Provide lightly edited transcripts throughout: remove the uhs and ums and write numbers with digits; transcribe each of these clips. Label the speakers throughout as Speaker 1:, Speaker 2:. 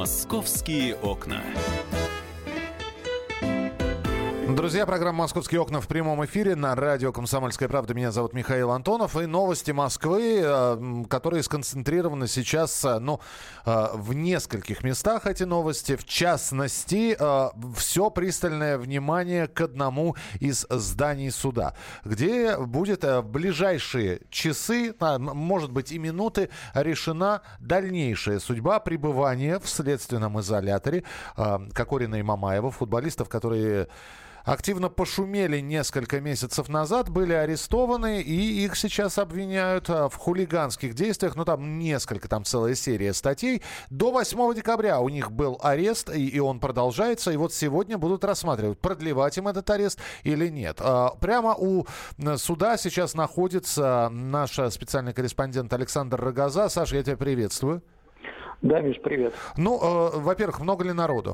Speaker 1: «Московские окна».
Speaker 2: Друзья, программа «Московские окна» в прямом эфире на радио «Комсомольская правда». Меня зовут Михаил Антонов. И новости Москвы, которые сконцентрированы сейчас в нескольких местах, эти новости. В частности, все пристальное внимание к одному из зданий суда, где будет в ближайшие часы, может быть и минуты, решена дальнейшая судьба пребывания в следственном изоляторе Кокорина и Мамаева, футболистов, которые активно пошумели несколько месяцев назад, были арестованы, и их сейчас обвиняют в хулиганских действиях. Там целая серия статей. До 8 декабря у них был арест, и он продолжается. И вот сегодня будут рассматривать, продлевать им этот арест или нет. Прямо у суда сейчас находится наш специальный корреспондент Александр Рогоза. Саша, я тебя приветствую.
Speaker 3: Да, Миш, привет.
Speaker 2: Во-первых, много ли народу?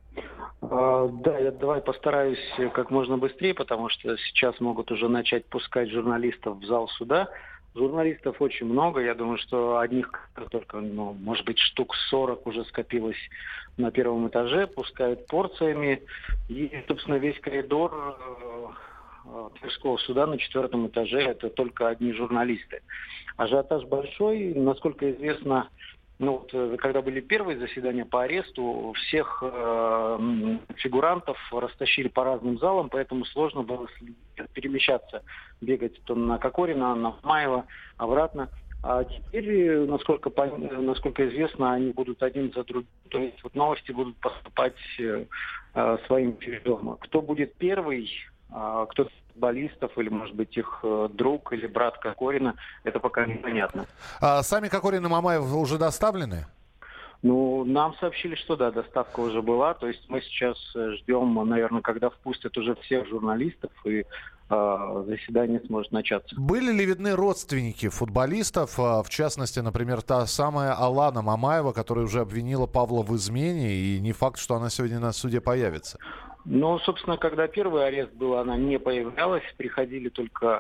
Speaker 3: Давай постараюсь как можно быстрее, потому что сейчас могут уже начать пускать журналистов в зал суда. Журналистов очень много. Я думаю, что одних только, может быть, штук 40 уже скопилось на первом этаже. Пускают порциями. И, собственно, весь коридор Тверского суда на 4 этаже — это только одни журналисты. Ажиотаж большой. Насколько известно, когда были первые заседания по аресту, всех фигурантов растащили по разным залам, поэтому сложно было перемещаться, бегать то на Кокорина, на Мамаева, обратно. А теперь, насколько известно, они будут один за другим. То есть новости будут поступать своим чередом. Кто будет первый, кто футболистов, или, может быть, их друг или брат Кокорина, это пока непонятно.
Speaker 2: А сами Кокорин и Мамаев уже доставлены?
Speaker 3: Нам сообщили, что да, доставка уже была. То есть мы сейчас ждем, наверное, когда впустят уже всех журналистов, и заседание сможет начаться.
Speaker 2: Были ли видны родственники футболистов? В частности, например, та самая Алана Мамаева, которая уже обвинила Павла в измене, и не факт, что она сегодня на суде появится.
Speaker 3: Собственно, когда первый арест был, она не появлялась. Приходили только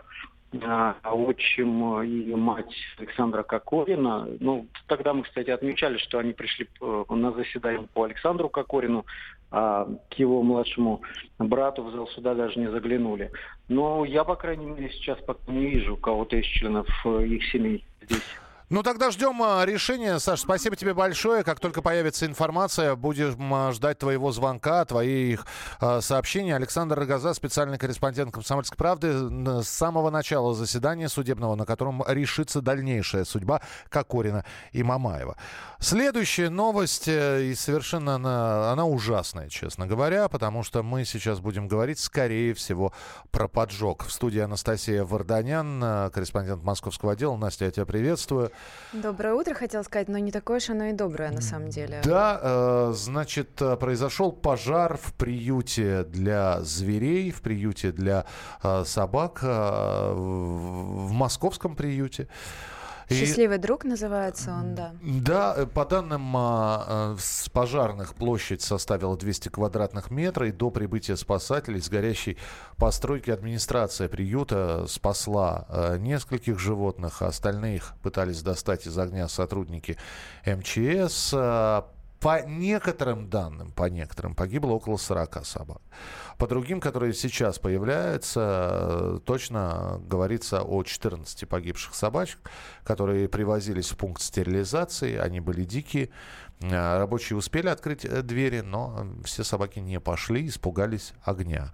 Speaker 3: отчим и мать Александра Кокорина. Тогда мы, кстати, отмечали, что они пришли на заседание по Александру Кокорину, а к его младшему брату в зал суда даже не заглянули. Но я, по крайней мере, сейчас пока не вижу кого-то из членов их семей здесь.
Speaker 2: Тогда ждем решения. Саш, спасибо тебе большое. Как только появится информация, будем ждать твоего звонка, твоих сообщений. Александр Рогоза, специальный корреспондент «Комсомольской правды», с самого начала заседания судебного, на котором решится дальнейшая судьба Кокорина и Мамаева. Следующая новость, и совершенно она ужасная, честно говоря, потому что мы сейчас будем говорить, скорее всего, про поджог. В студии Анастасия Варданян, корреспондент московского отдела. Настя, я тебя приветствую.
Speaker 4: Доброе утро, хотела сказать, но не такое уж оно и доброе на самом деле.
Speaker 2: Да, произошел пожар в приюте для зверей, в приюте для собак, в московском приюте.
Speaker 4: «Счастливый друг» называется он, да.
Speaker 2: Да, по данным с пожарных, площадь составила 200 квадратных метров, и до прибытия спасателей с горящей постройки администрация приюта спасла нескольких животных, а остальных пытались достать из огня сотрудники МЧС. По некоторым данным, погибло около 40 собак. По другим, которые сейчас появляются, точно говорится о 14 погибших собачек, которые привозились в пункт стерилизации. Они были дикие. Рабочие успели открыть двери, но все собаки не пошли, испугались огня.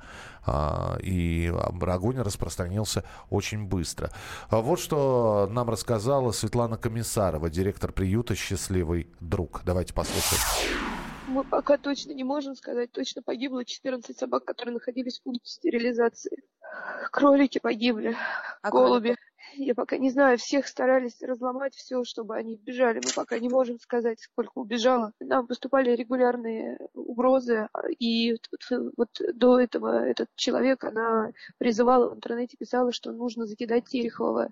Speaker 2: И огонь распространился очень быстро. Вот что нам рассказала Светлана Комиссарова, директор приюта «Счастливый друг». Давайте послушаем.
Speaker 5: Мы пока точно не можем сказать. Точно погибло 14 собак, которые находились в пункте стерилизации. Кролики погибли, голуби. Я пока не знаю, всех старались разломать все, чтобы они бежали. Мы пока не можем сказать, сколько убежало. Нам поступали регулярные угрозы. И вот до этого этот человек, она призывала в интернете, писала, что нужно закидать Терехова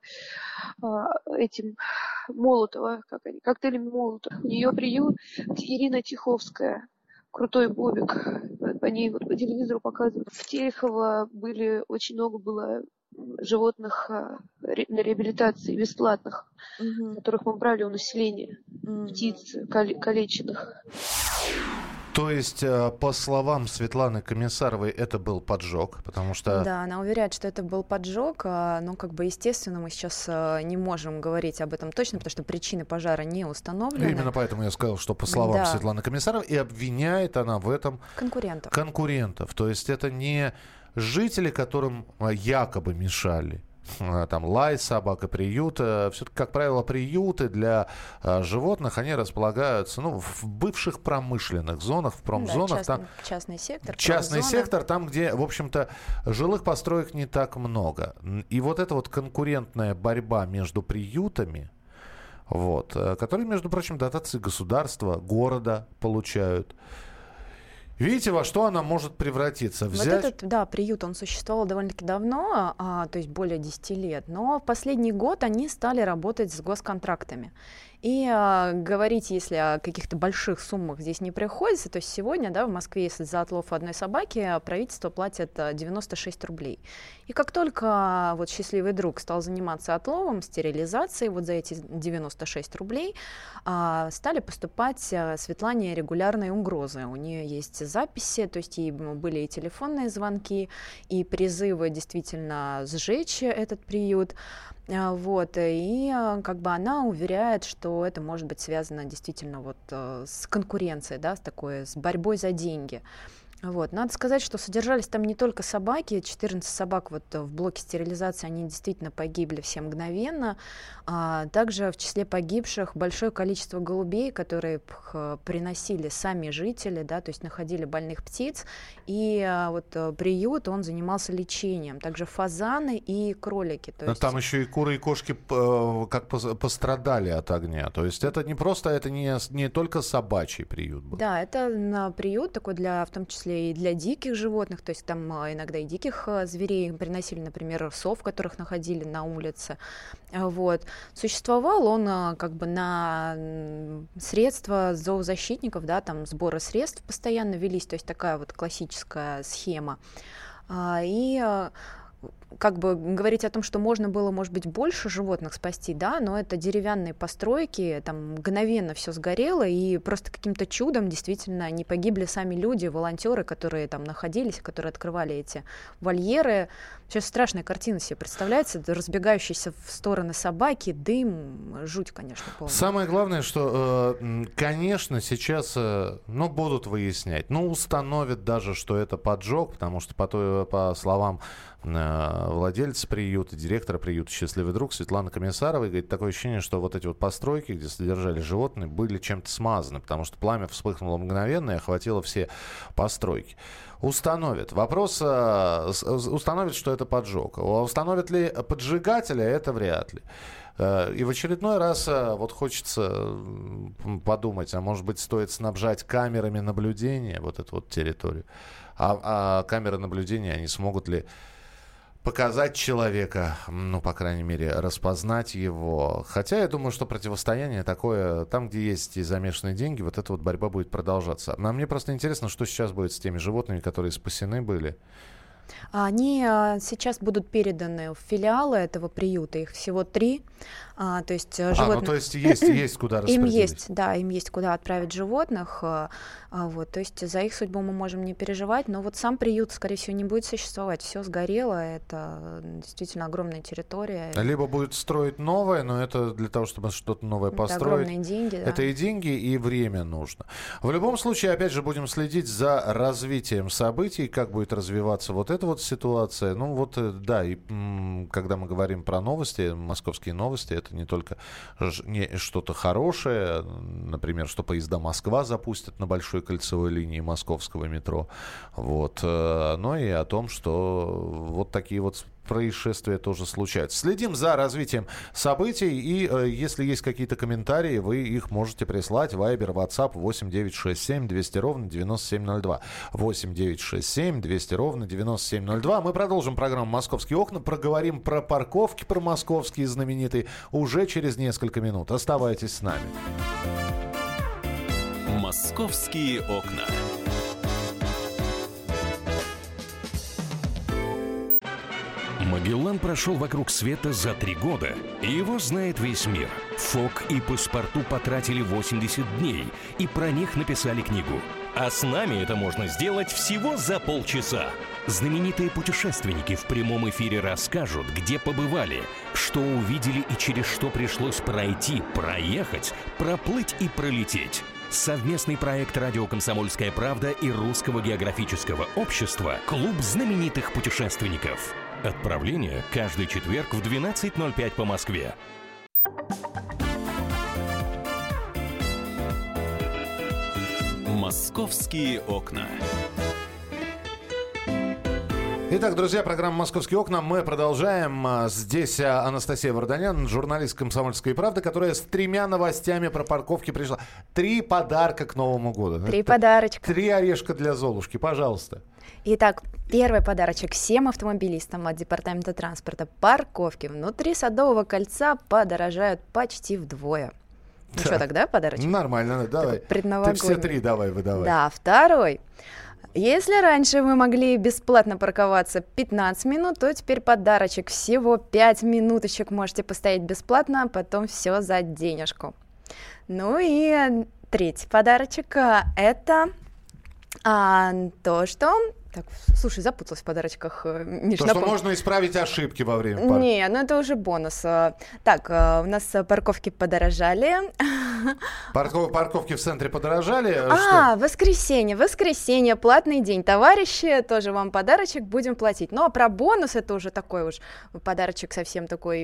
Speaker 5: этим Молотова, коктейлями Молотова. У нее приют Ирина Тиховская. Крутой Бобик. По ней по телевизору показывают. В Терехова очень много было животных на реабилитации бесплатных, которых мы брали у населения, птиц калеченных.
Speaker 2: То есть, по словам Светланы Комиссаровой, это был поджог, потому что...
Speaker 4: Да, она уверяет, что это был поджог, но, естественно, мы сейчас не можем говорить об этом точно, потому что причины пожара не установлены.
Speaker 2: Именно поэтому я сказал, что по словам Светланы Комиссаровой, и обвиняет она в этом конкурентов. То есть, это не жители, которым якобы мешали. Там лай собак и приют. Все-таки, как правило, приюты для животных, они располагаются в бывших промышленных зонах, в промзонах.
Speaker 4: Частный сектор.
Speaker 2: Частный сектор, там, где, в общем-то, жилых построек не так много. И вот эта вот конкурентная борьба между приютами, которые, между прочим, дотации государства, города получают. Видите, во что она может превратиться?
Speaker 4: Этот, приют, он существовал довольно-таки давно, то есть более 10 лет, но в последний год они стали работать с госконтрактами. И говорить, если о каких-то больших суммах здесь не приходится, то есть сегодня, в Москве, если за отлов одной собаки, правительство платит 96 рублей. И как только счастливый друг стал заниматься отловом, стерилизацией, за эти 96 рублей стали поступать Светлане регулярные угрозы. У нее есть записи, то есть ей были и телефонные звонки, и призывы действительно сжечь этот приют. И она уверяет, что это может быть связано действительно с конкуренцией, с борьбой за деньги. Надо сказать, что содержались там не только собаки, 14 собак в блоке стерилизации, они действительно погибли все мгновенно. Также в числе погибших большое количество голубей, которые приносили сами жители, то есть находили больных птиц. И приют, он занимался лечением. Также фазаны и кролики.
Speaker 2: Там еще и куры и кошки пострадали от огня. То есть это не только собачий приют был.
Speaker 4: Да, это приют такой в том числе и для диких животных, то есть там иногда и диких зверей приносили, например, сов, которых находили на улице. Существовал он на средства зоозащитников, там сборы средств постоянно велись, то есть такая классическая схема. Говорить о том, что можно было, может быть, больше животных спасти, но это деревянные постройки, там мгновенно все сгорело, и просто каким-то чудом действительно не погибли сами люди, волонтеры, которые там находились, которые открывали эти вольеры. Сейчас страшная картина себе представляется, разбегающиеся в стороны собаки, дым, жуть, конечно, полная.
Speaker 2: Самое главное, что, конечно, сейчас, будут выяснять, установят даже, что это поджог, потому что, по словам владельца приюта, директора приюта «Счастливый друг» Светланы Комиссаровой, говорит, такое ощущение, что эти постройки, где содержали животные, были чем-то смазаны, потому что пламя вспыхнуло мгновенно и охватило все постройки. Установят. Вопрос, установят, что это поджог. Установят ли поджигателя, это вряд ли. И в очередной раз хочется подумать, а может быть, стоит снабжать камерами наблюдения эту территорию. А камеры наблюдения, они смогут ли показать человека, по крайней мере, распознать его. Хотя я думаю, что противостояние такое, там, где есть и замешанные деньги, эта борьба будет продолжаться. Но мне просто интересно, что сейчас будет с теми животными, которые спасены были.
Speaker 4: Они сейчас будут переданы в филиалы этого приюта, их всего 3. То есть животных...
Speaker 2: то есть есть куда распределить.
Speaker 4: Им есть куда отправить животных. То есть за их судьбу мы можем не переживать, но сам приют, скорее всего, не будет существовать. Все сгорело, это действительно огромная территория.
Speaker 2: Либо будет строить новое, но это для того, чтобы что-то новое построить.
Speaker 4: Это огромные деньги, да.
Speaker 2: Это и деньги, и время нужно. В любом случае, опять же, будем следить за развитием событий, как будет развиваться эта ситуация. И когда мы говорим про новости, московские новости, это не только что-то хорошее, например, что поезда Москва запустят на большой кольцевой линии московского метро, но и о том, что такие происшествия тоже случаются. Следим за развитием событий, и если есть какие-то комментарии, вы их можете прислать. Вайбер, WhatsApp 8-967-200-97-02. 8-967-200-97-02. Мы продолжим программу «Московские окна». Проговорим про парковки, про московские знаменитые, уже через несколько минут. Оставайтесь с нами.
Speaker 1: «Московские окна».
Speaker 6: Магеллан прошел вокруг света за 3 года, и его знает весь мир. Фок и Паспарту потратили 80 дней, и про них написали книгу. А с нами это можно сделать всего за полчаса. Знаменитые путешественники в прямом эфире расскажут, где побывали, что увидели и через что пришлось пройти, проехать, проплыть и пролететь. Совместный проект «Радио Комсомольская правда» и Русского географического общества «Клуб знаменитых путешественников». Отправление каждый четверг в 12:05 по Москве.
Speaker 1: «Московские окна».
Speaker 2: Итак, друзья, программа «Московские окна». Мы продолжаем. Здесь Анастасия Варданян, журналист «Комсомольской правды», которая с 3 новостями про парковки пришла. 3 подарка к Новому году.
Speaker 4: 3 подарочка.
Speaker 2: 3 орешка для Золушки, пожалуйста.
Speaker 4: Итак, первый подарочек всем автомобилистам от Департамента транспорта. Парковки внутри Садового кольца подорожают почти вдвое. Ну что, тогда подарочек?
Speaker 2: Нормально, давай.
Speaker 4: Предновогодний.
Speaker 2: Ты все 3 давай выдавай.
Speaker 4: Да, второй. Если раньше вы могли бесплатно парковаться 15 минут, то теперь подарочек всего 5 минуточек можете постоять бесплатно, а потом все за денежку. Ну и третий подарочек – это то, что... Так, слушай, запуталась в подарочках, Миш.
Speaker 2: То, что можно исправить ошибки во время парковки.
Speaker 4: Не, ну это уже бонус. Так, у нас парковки подорожали.
Speaker 2: Парковки в центре подорожали?
Speaker 4: Воскресенье, платный день. Товарищи, тоже вам подарочек, будем платить. Ну, а про бонус это уже такой уж подарочек совсем такой.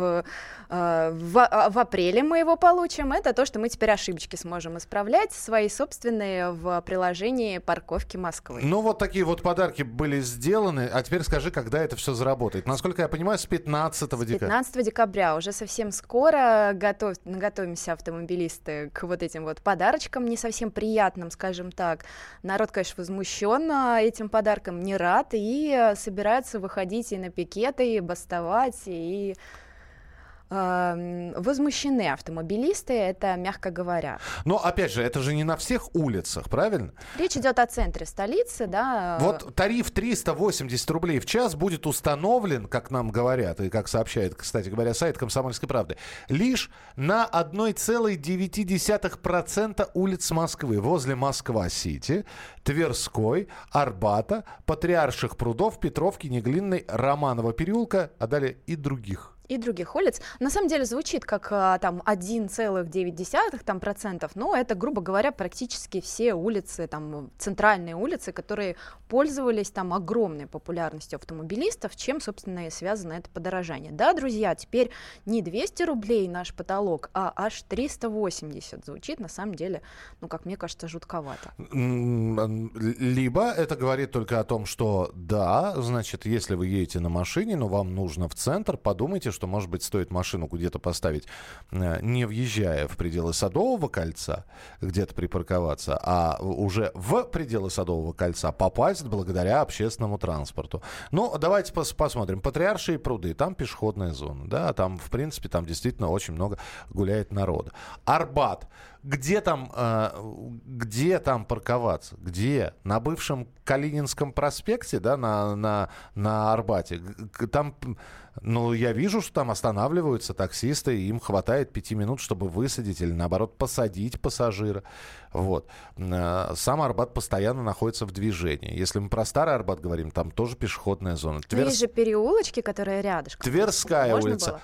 Speaker 4: В апреле мы его получим. Это то, что мы теперь ошибочки сможем исправлять, свои собственные в приложении «Парковки Москвы».
Speaker 2: Ну, вот такие вот подарки были сделаны. А теперь скажи, когда это все заработает. Насколько я понимаю, с 15 декабря.
Speaker 4: 15 декабря. Уже совсем скоро готовимся автомобилисты к вот этим вот подарочкам, не совсем приятным, скажем так. Народ, конечно, возмущен этим подарком, не рад, и собирается выходить и на пикеты, и бастовать, и... возмущены автомобилисты, это мягко говоря.
Speaker 2: Но, опять же, это же не на всех улицах, правильно?
Speaker 4: Речь идет о центре столицы, да.
Speaker 2: Вот тариф 380 рублей в час будет установлен, как нам говорят, и как сообщает, кстати говоря, сайт «Комсомольской правды», лишь на 1,9% улиц Москвы. Возле Москва-Сити, Тверской, Арбата, Патриарших прудов, Петровки, Неглинной, Романова переулка, а далее и других.
Speaker 4: И других улиц. На самом деле звучит как там 1,9%, но это, грубо говоря, практически все улицы, там центральные улицы, которые пользовались там огромной популярностью автомобилистов, чем, собственно, и связано это подорожание. Да, друзья, теперь не 200 рублей наш потолок, а аж 380. Звучит, на самом деле, ну, как мне кажется, жутковато.
Speaker 2: Либо это говорит только о том, что да, значит, если вы едете на машине, но вам нужно в центр, подумайте, что, может быть, стоит машину где-то поставить, не въезжая в пределы Садового кольца, где-то припарковаться, а уже в пределы Садового кольца попасть благодаря общественному транспорту. Ну, давайте посмотрим. Патриаршие пруды, там пешеходная зона, да, там, в принципе, там действительно очень много гуляет народа. Арбат. Где там парковаться? Где? На бывшем Калининском проспекте, да, на Арбате? Там, ну, я вижу, что там останавливаются таксисты, и им хватает 5 минут, чтобы высадить или, наоборот, посадить пассажира. Вот. Сам Арбат постоянно находится в движении. Если мы про Старый Арбат говорим, там тоже пешеходная зона.
Speaker 4: Есть же переулочки, которые рядышком.
Speaker 2: Тверская улица.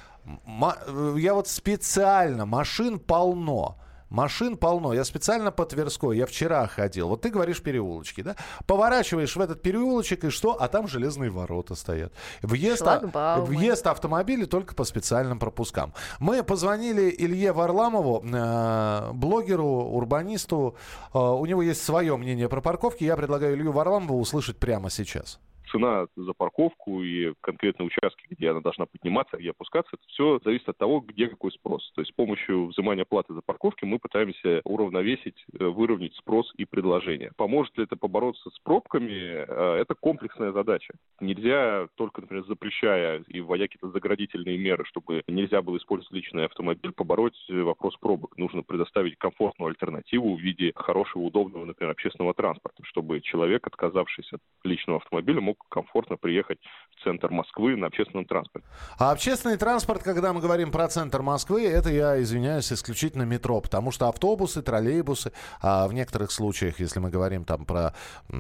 Speaker 2: Я вот специально, машин полно. Я специально по Тверской, я вчера ходил. Вот ты говоришь переулочки, да? Поворачиваешь в этот переулочек, и что? А там железные ворота стоят. Въезд автомобиля только по специальным пропускам. Мы позвонили Илье Варламову, блогеру, урбанисту. У него есть свое мнение про парковки. Я предлагаю Илью Варламову услышать прямо сейчас.
Speaker 7: Цена за парковку и конкретные участки, где она должна подниматься, где опускаться, это все зависит от того, где какой спрос. То есть с помощью взимания платы за парковки мы пытаемся выровнять спрос и предложение. Поможет ли это побороться с пробками? Это комплексная задача. Нельзя только, например, запрещая и вводя какие-то заградительные меры, чтобы нельзя было использовать личный автомобиль, побороть вопрос пробок. Нужно предоставить комфортную альтернативу в виде хорошего, удобного, например, общественного транспорта, чтобы человек, отказавшийся от личного автомобиля, мог мог комфортно приехать в центр Москвы на общественном транспорте.
Speaker 2: А общественный транспорт, когда мы говорим про центр Москвы, это, я извиняюсь, исключительно метро, потому что автобусы, троллейбусы, а в некоторых случаях, если мы говорим там про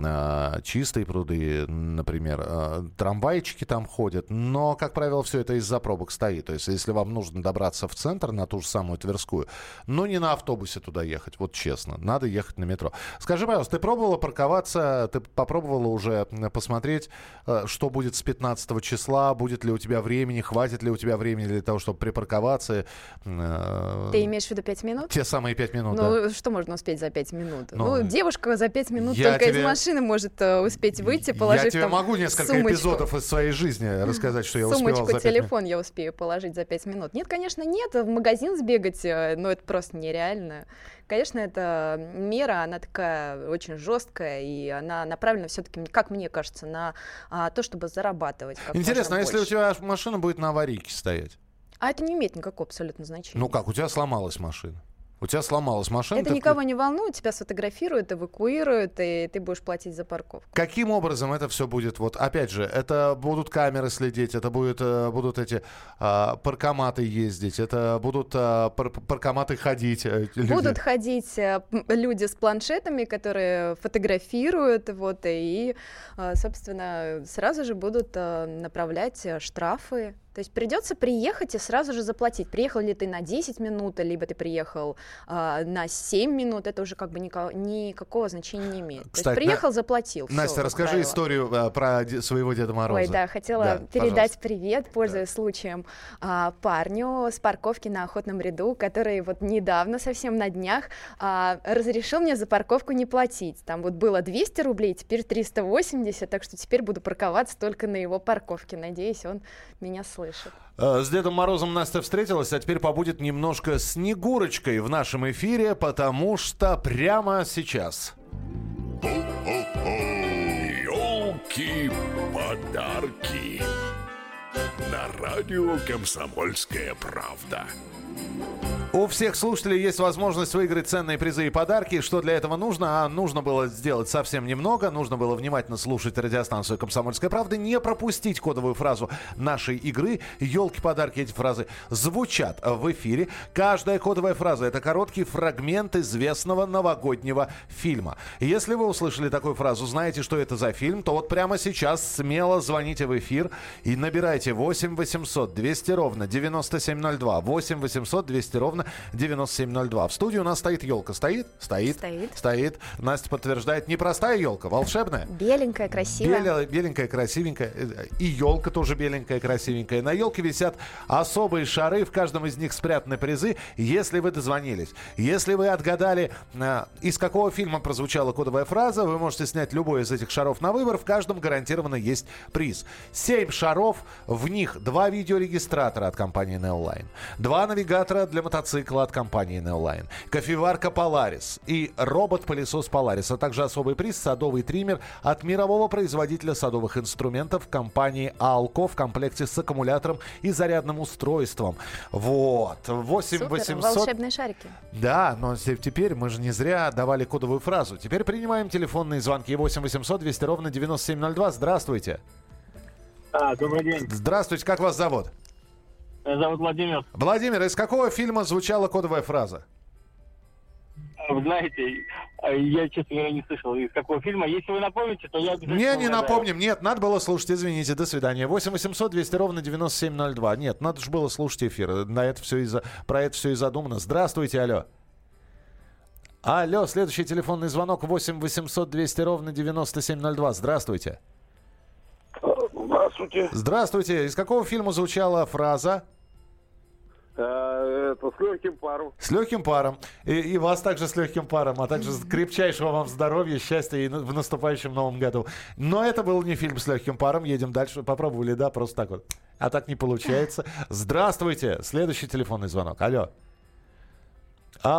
Speaker 2: чистые пруды, например, трамвайчики там ходят, но, как правило, все это из-за пробок стоит. То есть, если вам нужно добраться в центр, на ту же самую Тверскую, но не на автобусе туда ехать, вот честно, надо ехать на метро. Скажи, пожалуйста, ты пробовала парковаться, ты попробовала уже посмотреть, что будет с 15 числа, будет ли у тебя времени, хватит ли у тебя времени для того, чтобы припарковаться?
Speaker 4: Ты имеешь в виду 5 минут?
Speaker 2: Те самые 5 минут,
Speaker 4: Ну,
Speaker 2: да.
Speaker 4: что можно успеть за 5 минут? Ну, девушка за 5 минут
Speaker 2: я
Speaker 4: только
Speaker 2: тебе...
Speaker 4: из машины может успеть выйти, положить
Speaker 2: Я тебе
Speaker 4: там
Speaker 2: могу несколько
Speaker 4: сумочку.
Speaker 2: эпизодов из своей жизни рассказать, что я успевал за 5 минут.
Speaker 4: Телефон я успею положить за 5 минут. Нет, конечно, нет. В магазин сбегать, ну, это просто нереально. Конечно, эта мера, она такая очень жесткая, и она направлена все-таки, как мне кажется, на то, чтобы зарабатывать.
Speaker 2: Интересно, а если у тебя машина будет на аварийке стоять?
Speaker 4: А это не имеет никакого абсолютно значения.
Speaker 2: Ну как, у тебя сломалась машина? У тебя сломалась машина.
Speaker 4: Это никого не волнует, тебя сфотографируют, эвакуируют, и ты будешь платить за парковку.
Speaker 2: Каким образом это все будет? Вот опять же, это будут камеры следить, это будут эти паркоматы ездить, это будут паркоматы ходить. Люди.
Speaker 4: Будут ходить люди с планшетами, которые фотографируют, вот, и, собственно, сразу же будут направлять штрафы. То есть придется приехать и сразу же заплатить. Приехал ли ты на 10 минут, либо ты приехал на 7 минут, это уже как бы никакого значения не имеет.
Speaker 2: Кстати,
Speaker 4: то есть приехал, заплатил.
Speaker 2: Настя,
Speaker 4: всё,
Speaker 2: расскажи историю про своего Деда Мороза.
Speaker 4: Ой, да, хотела передать привет, пользуясь случаем, парню с парковки на Охотном ряду, который вот недавно, совсем на днях, разрешил мне за парковку не платить. Там вот было 200 рублей, теперь 380, так что теперь буду парковаться только на его парковке. Надеюсь, он меня слышит.
Speaker 2: С Дедом Морозом Настя встретилась, а теперь побудет немножко Снегурочкой в нашем эфире, потому что прямо сейчас.
Speaker 8: Ёлки-подарки на радио «Комсомольская правда».
Speaker 2: У всех слушателей есть возможность выиграть ценные призы и подарки. Что для этого нужно? Нужно было сделать совсем немного. Нужно было внимательно слушать радиостанцию «Комсомольская правда», не пропустить кодовую фразу нашей игры. Ёлки-подарки, эти фразы звучат в эфире. Каждая кодовая фраза – это короткий фрагмент известного новогоднего фильма. Если вы услышали такую фразу, знаете, что это за фильм, то вот прямо сейчас смело звоните в эфир и набирайте 8 800 200 ровно 9702. 8 800 200 ровно 9702. В студии у нас стоит елка. Стоит? Стоит. Настя подтверждает. Непростая елка, волшебная.
Speaker 4: Беленькая, красивая.
Speaker 2: Беленькая, красивенькая. И елка тоже беленькая, красивенькая. На елке висят особые шары. В каждом из них спрятаны призы. Если вы дозвонились, если вы отгадали, из какого фильма прозвучала кодовая фраза, вы можете снять любой из этих шаров на выбор. В каждом гарантированно есть приз. 7 шаров. В них 2 видеорегистратора от компании Neoline. 2 навигатора для мотоцикла от компании Neoline, кофеварка Polaris и робот-пылесос Polaris, а также особый приз — садовый триммер от мирового производителя садовых инструментов компании Alco в комплекте с аккумулятором и зарядным устройством. Вот. 8 800...
Speaker 4: волшебные шарики.
Speaker 2: Да, но теперь мы же не зря давали кодовую фразу. Теперь принимаем телефонные звонки. 8 800 200 ровно 9702. Здравствуйте.
Speaker 9: Добрый день.
Speaker 2: Здравствуйте. Как вас зовут?
Speaker 9: Меня зовут Владимир.
Speaker 2: Владимир, из какого фильма звучала кодовая фраза?
Speaker 9: Вы знаете, я, честно говоря, не слышал, из какого фильма. Если вы напомните, то я обязательно...
Speaker 2: Не напомним. Нет, надо было слушать. Извините, до свидания. 8 800 200 ровно 9702. Нет, надо же было слушать эфир. Про это все и задумано. Здравствуйте, алло. Алло, следующий телефонный звонок 8 800 200 ровно 9702. Здравствуйте.
Speaker 10: Здравствуйте.
Speaker 2: Здравствуйте. Из какого фильма звучала фраза?
Speaker 10: Это с легким паром.
Speaker 2: С легким паром. И вас также с легким паром, а также крепчайшего вам здоровья, счастья и в наступающем новом году. Но это был не фильм с легким паром. Едем дальше. Попробовали, да, просто так вот. А так не получается. Здравствуйте. Следующий телефонный звонок. Алло.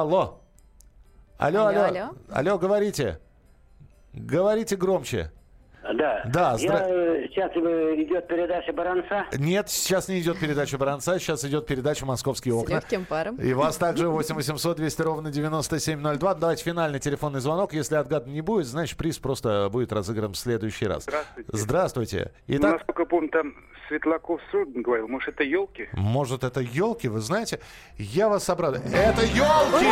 Speaker 2: Алло, говорите. Говорите громче.
Speaker 10: Да.
Speaker 2: Да,
Speaker 10: Сейчас идет передача «Баранца».
Speaker 2: Нет, сейчас не идет передача «Баранца», сейчас идет передача «Московские окна».
Speaker 4: С легким паром.
Speaker 2: И вас также 8 800 200 ровно 9702. Давайте финальный телефонный звонок. Если отгадано не будет, значит, приз просто будет разыгран в следующий раз.
Speaker 11: Здравствуйте.
Speaker 2: Здравствуйте.
Speaker 11: Итак, насколько помню, там Светлаков говорил. Может, это елки?
Speaker 2: Может, это елки? Вы знаете, я вас обрадую. Это елки!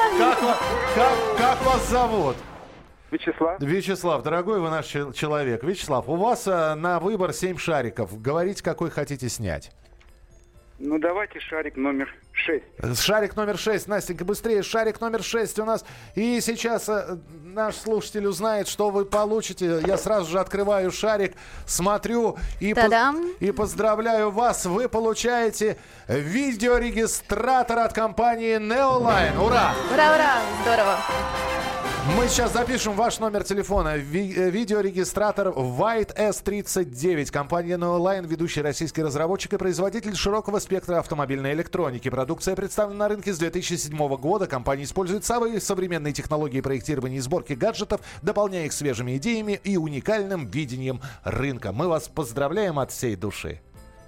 Speaker 2: Как вас зовут?
Speaker 11: Вячеслав.
Speaker 2: Вячеслав, дорогой вы наш человек. Вячеслав, у вас на выбор 7 шариков. Говорите, какой хотите снять.
Speaker 11: Ну, давайте шарик номер 6.
Speaker 2: Шарик номер 6. Настенька, быстрее. Шарик номер 6 у нас. И сейчас наш слушатель узнает, что вы получите. Я сразу же открываю шарик, смотрю и поздравляю вас. Вы получаете видеорегистратор от компании Neoline. Ура!
Speaker 4: Ура, ура! Здорово!
Speaker 2: Мы сейчас запишем ваш номер телефона. Видеорегистратор White S39. Компания Neoline, ведущий российский разработчик и производитель широкого спектра автомобильной электроники. Продукция представлена на рынке с 2007 года. Компания использует самые современные технологии проектирования и сборки гаджетов, дополняя их свежими идеями и уникальным видением рынка. Мы вас поздравляем от всей души.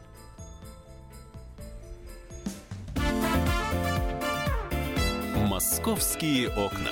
Speaker 1: «Московские окна».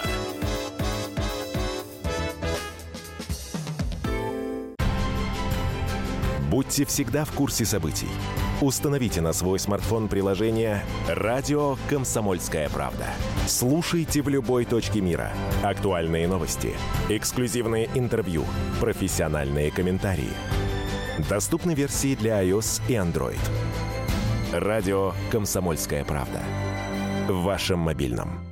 Speaker 12: Будьте всегда в курсе событий. Установите на свой смартфон приложение «Радио Комсомольская правда». Слушайте в любой точке мира. Актуальные новости, эксклюзивные интервью, профессиональные комментарии. Доступны версии для iOS и Android. «Радио Комсомольская правда». В вашем мобильном.